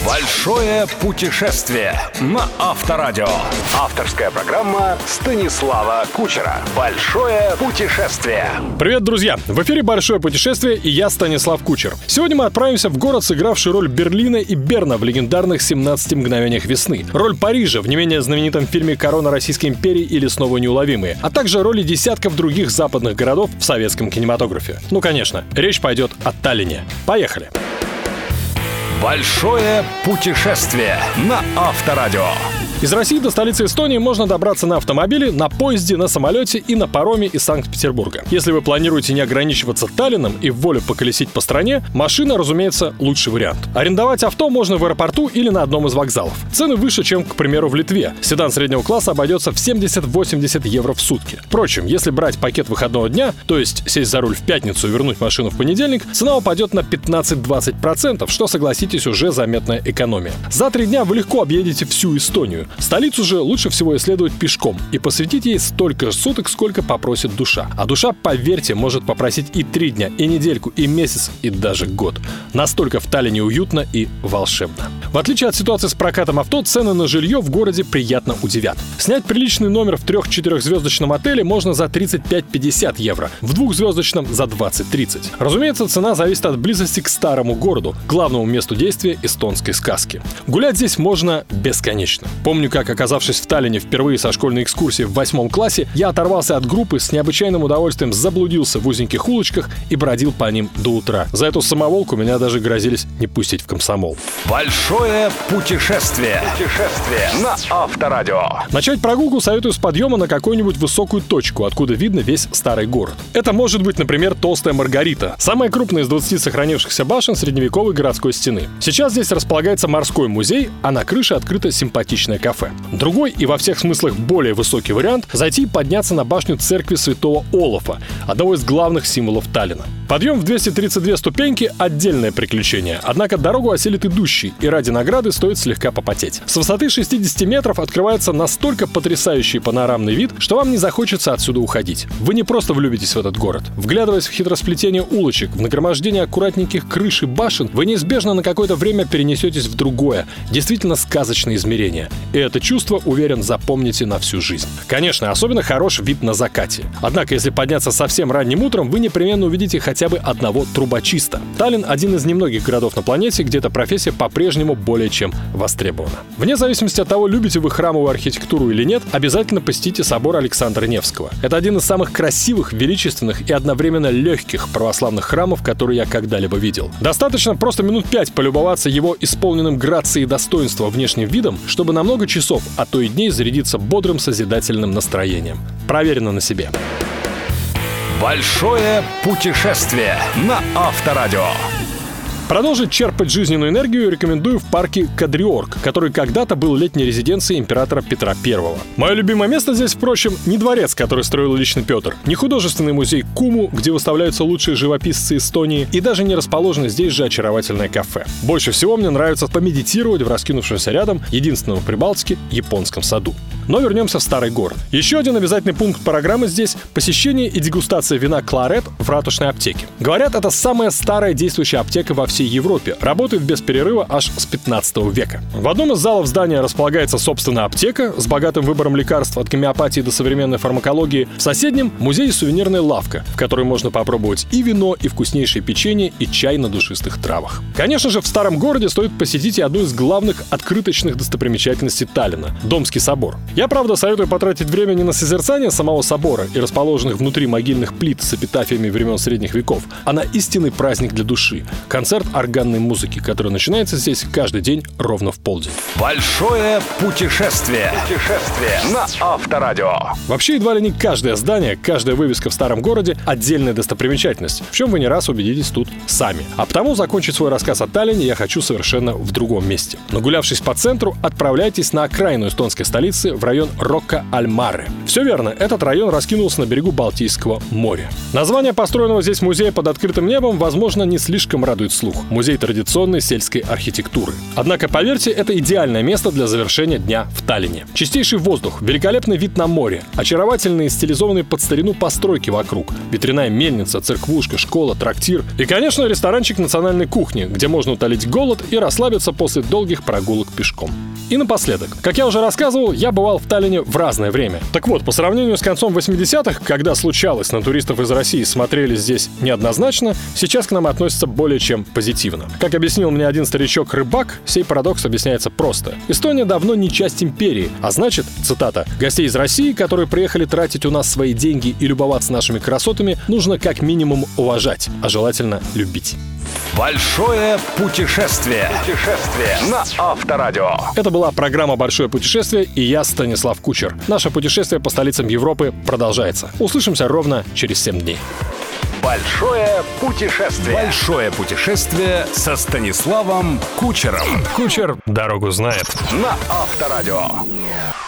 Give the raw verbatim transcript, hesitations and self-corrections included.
Большое путешествие на Авторадио. Авторская программа Станислава Кучера. Большое путешествие. Привет, друзья! В эфире «Большое путешествие» и я, Станислав Кучер. Сегодня мы отправимся в город, сыгравший роль Берлина и Берна в легендарных семнадцати мгновениях весны, роль Парижа в не менее знаменитом фильме «Корона Российской империи» или «Снова неуловимые», а также роли десятков других западных городов в советском кинематографе. Ну, конечно, речь пойдет о Таллине. Поехали! Большое путешествие на Авторадио. Из России до столицы Эстонии можно добраться на автомобиле, на поезде, на самолете и на пароме из Санкт-Петербурга. Если вы планируете не ограничиваться Таллином и в волю поколесить по стране, машина, разумеется, лучший вариант. Арендовать авто можно в аэропорту или на одном из вокзалов. Цены выше, чем, к примеру, в Литве. Седан среднего класса обойдется в семьдесят-восемьдесят евро в сутки. Впрочем, если брать пакет выходного дня, то есть сесть за руль в пятницу и вернуть машину в понедельник, цена упадет на пятнадцать-двадцать процентов, что, согласитесь, уже заметная экономия. За три дня вы легко объедете всю Эстонию. Столицу же лучше всего исследовать пешком и посвятить ей столько же суток, сколько попросит душа. А душа, поверьте, может попросить и три дня, и недельку, и месяц, и даже год. Настолько в Таллине уютно и волшебно. В отличие от ситуации с прокатом авто, цены на жилье в городе приятно удивят. Снять приличный номер в трех-четырехзвездочном отеле можно за тридцать пять-пятьдесят евро, в двухзвездочном за двадцать-тридцать. Разумеется, цена зависит от близости к старому городу, главному месту действия эстонской сказки. Гулять здесь можно бесконечно. Помню, как, оказавшись в Таллине впервые со школьной экскурсии в восьмом классе, я оторвался от группы, с необычайным удовольствием заблудился в узеньких улочках и бродил по ним до утра. За эту самоволку меня даже грозились не пустить в комсомол. Большое путешествие. Путешествие на Авторадио. Начать прогулку советую с подъема на какую-нибудь высокую точку, откуда видно весь старый город. Это может быть, например, Толстая Маргарита, самая крупная из двадцати сохранившихся башен средневековой городской стены. Сейчас здесь располагается морской музей, а на крыше открыто симпатичное кафе. Другой и во всех смыслах более высокий вариант — зайти и подняться на башню церкви святого Олафа, одного из главных символов Таллина. Подъем в двести тридцать две ступеньки — отдельное приключение, однако дорогу осилит идущий, и ради награды стоит слегка попотеть. С высоты шестидесяти метров открывается настолько потрясающий панорамный вид, что вам не захочется отсюда уходить. Вы не просто влюбитесь в этот город. Вглядываясь в хитросплетение улочек, в нагромождение аккуратненьких крыш и башен, вы неизбежно на какое-то время перенесетесь в другое, действительно сказочное измерение. И это чувство, уверен, запомните на всю жизнь. Конечно, особенно хорош вид на закате. Однако, если подняться совсем ранним утром, вы непременно увидите хотя бы одного трубочиста. Таллин — один из немногих городов на планете, где эта профессия по-прежнему более чем востребована. Вне зависимости от того, любите вы храмовую архитектуру или нет, обязательно посетите собор Александра Невского. Это один из самых красивых, величественных и одновременно легких православных храмов, которые я когда-либо видел. Достаточно просто минут пять полюбоваться его исполненным грацией и достоинства внешним видом, чтобы на много часов, а то и дней зарядиться бодрым созидательным настроением. Проверено на себе. Большое путешествие на Авторадио. Продолжить черпать жизненную энергию рекомендую в парке Кадриорг, который когда-то был летней резиденцией императора Петра Первого. Мое любимое место здесь, впрочем, не дворец, который строил лично Петр, не художественный музей Куму, где выставляются лучшие живописцы Эстонии, и даже не расположено здесь же очаровательное кафе. Больше всего мне нравится помедитировать в раскинувшемся рядом, единственном в Прибалтике, японском саду. Но вернемся в старый город. Еще один обязательный пункт программы здесь — посещение и дегустация вина «Кларет» в ратушной аптеке. Говорят, это самая старая действующая аптека во всей Европе, работает без перерыва аж с пятнадцатого века. В одном из залов здания располагается собственная аптека с богатым выбором лекарств от гомеопатии до современной фармакологии. В соседнем — музей и сувенирная лавка, в которой можно попробовать и вино, и вкуснейшее печенье, и чай на душистых травах. Конечно же, в старом городе стоит посетить и одну из главных открыточных достопримечательностей Таллина — Домский собор. Я, правда, советую потратить время не на созерцание самого собора и расположенных внутри могильных плит с эпитафиями времен средних веков, а на истинный праздник для души — концерт органной музыки, который начинается здесь каждый день ровно в полдень. Большое путешествие. Путешествие на Авторадио. Вообще, едва ли не каждое здание, каждая вывеска в старом городе — отдельная достопримечательность, в чем вы не раз убедитесь тут сами. А потому закончить свой рассказ о Таллине я хочу совершенно в другом месте. Нагулявшись по центру, отправляйтесь на окраину эстонской столицы в район Рокка-аль-Маре. Все верно, этот район раскинулся на берегу Балтийского моря. Название построенного здесь музея под открытым небом, возможно, не слишком радует слух. Кожух, музей традиционной сельской архитектуры. Однако, поверьте, это идеальное место для завершения дня в Таллине. Чистейший воздух, великолепный вид на море, очаровательные стилизованные под старину постройки вокруг, ветряная мельница, церквушка, школа, трактир и, конечно, ресторанчик национальной кухни, где можно утолить голод и расслабиться после долгих прогулок пешком. И напоследок. Как я уже рассказывал, я бывал в Таллине в разное время. Так вот, по сравнению с концом восьмидесятых, когда случалось, на туристов из России смотрели здесь неоднозначно, сейчас к нам относятся более чем позитивно. Как объяснил мне один старичок-рыбак, сей парадокс объясняется просто. Эстония давно не часть империи, а значит, цитата, «гостей из России, которые приехали тратить у нас свои деньги и любоваться нашими красотами, нужно как минимум уважать, а желательно любить». Большое путешествие. Путешествие на Авторадио. Это была программа «Большое путешествие» и я, Станислав Кучер. Наше путешествие по столицам Европы продолжается. Услышимся ровно через семь дней. Большое путешествие. Большое путешествие со Станиславом Кучером. Кучер дорогу знает. На Авторадио.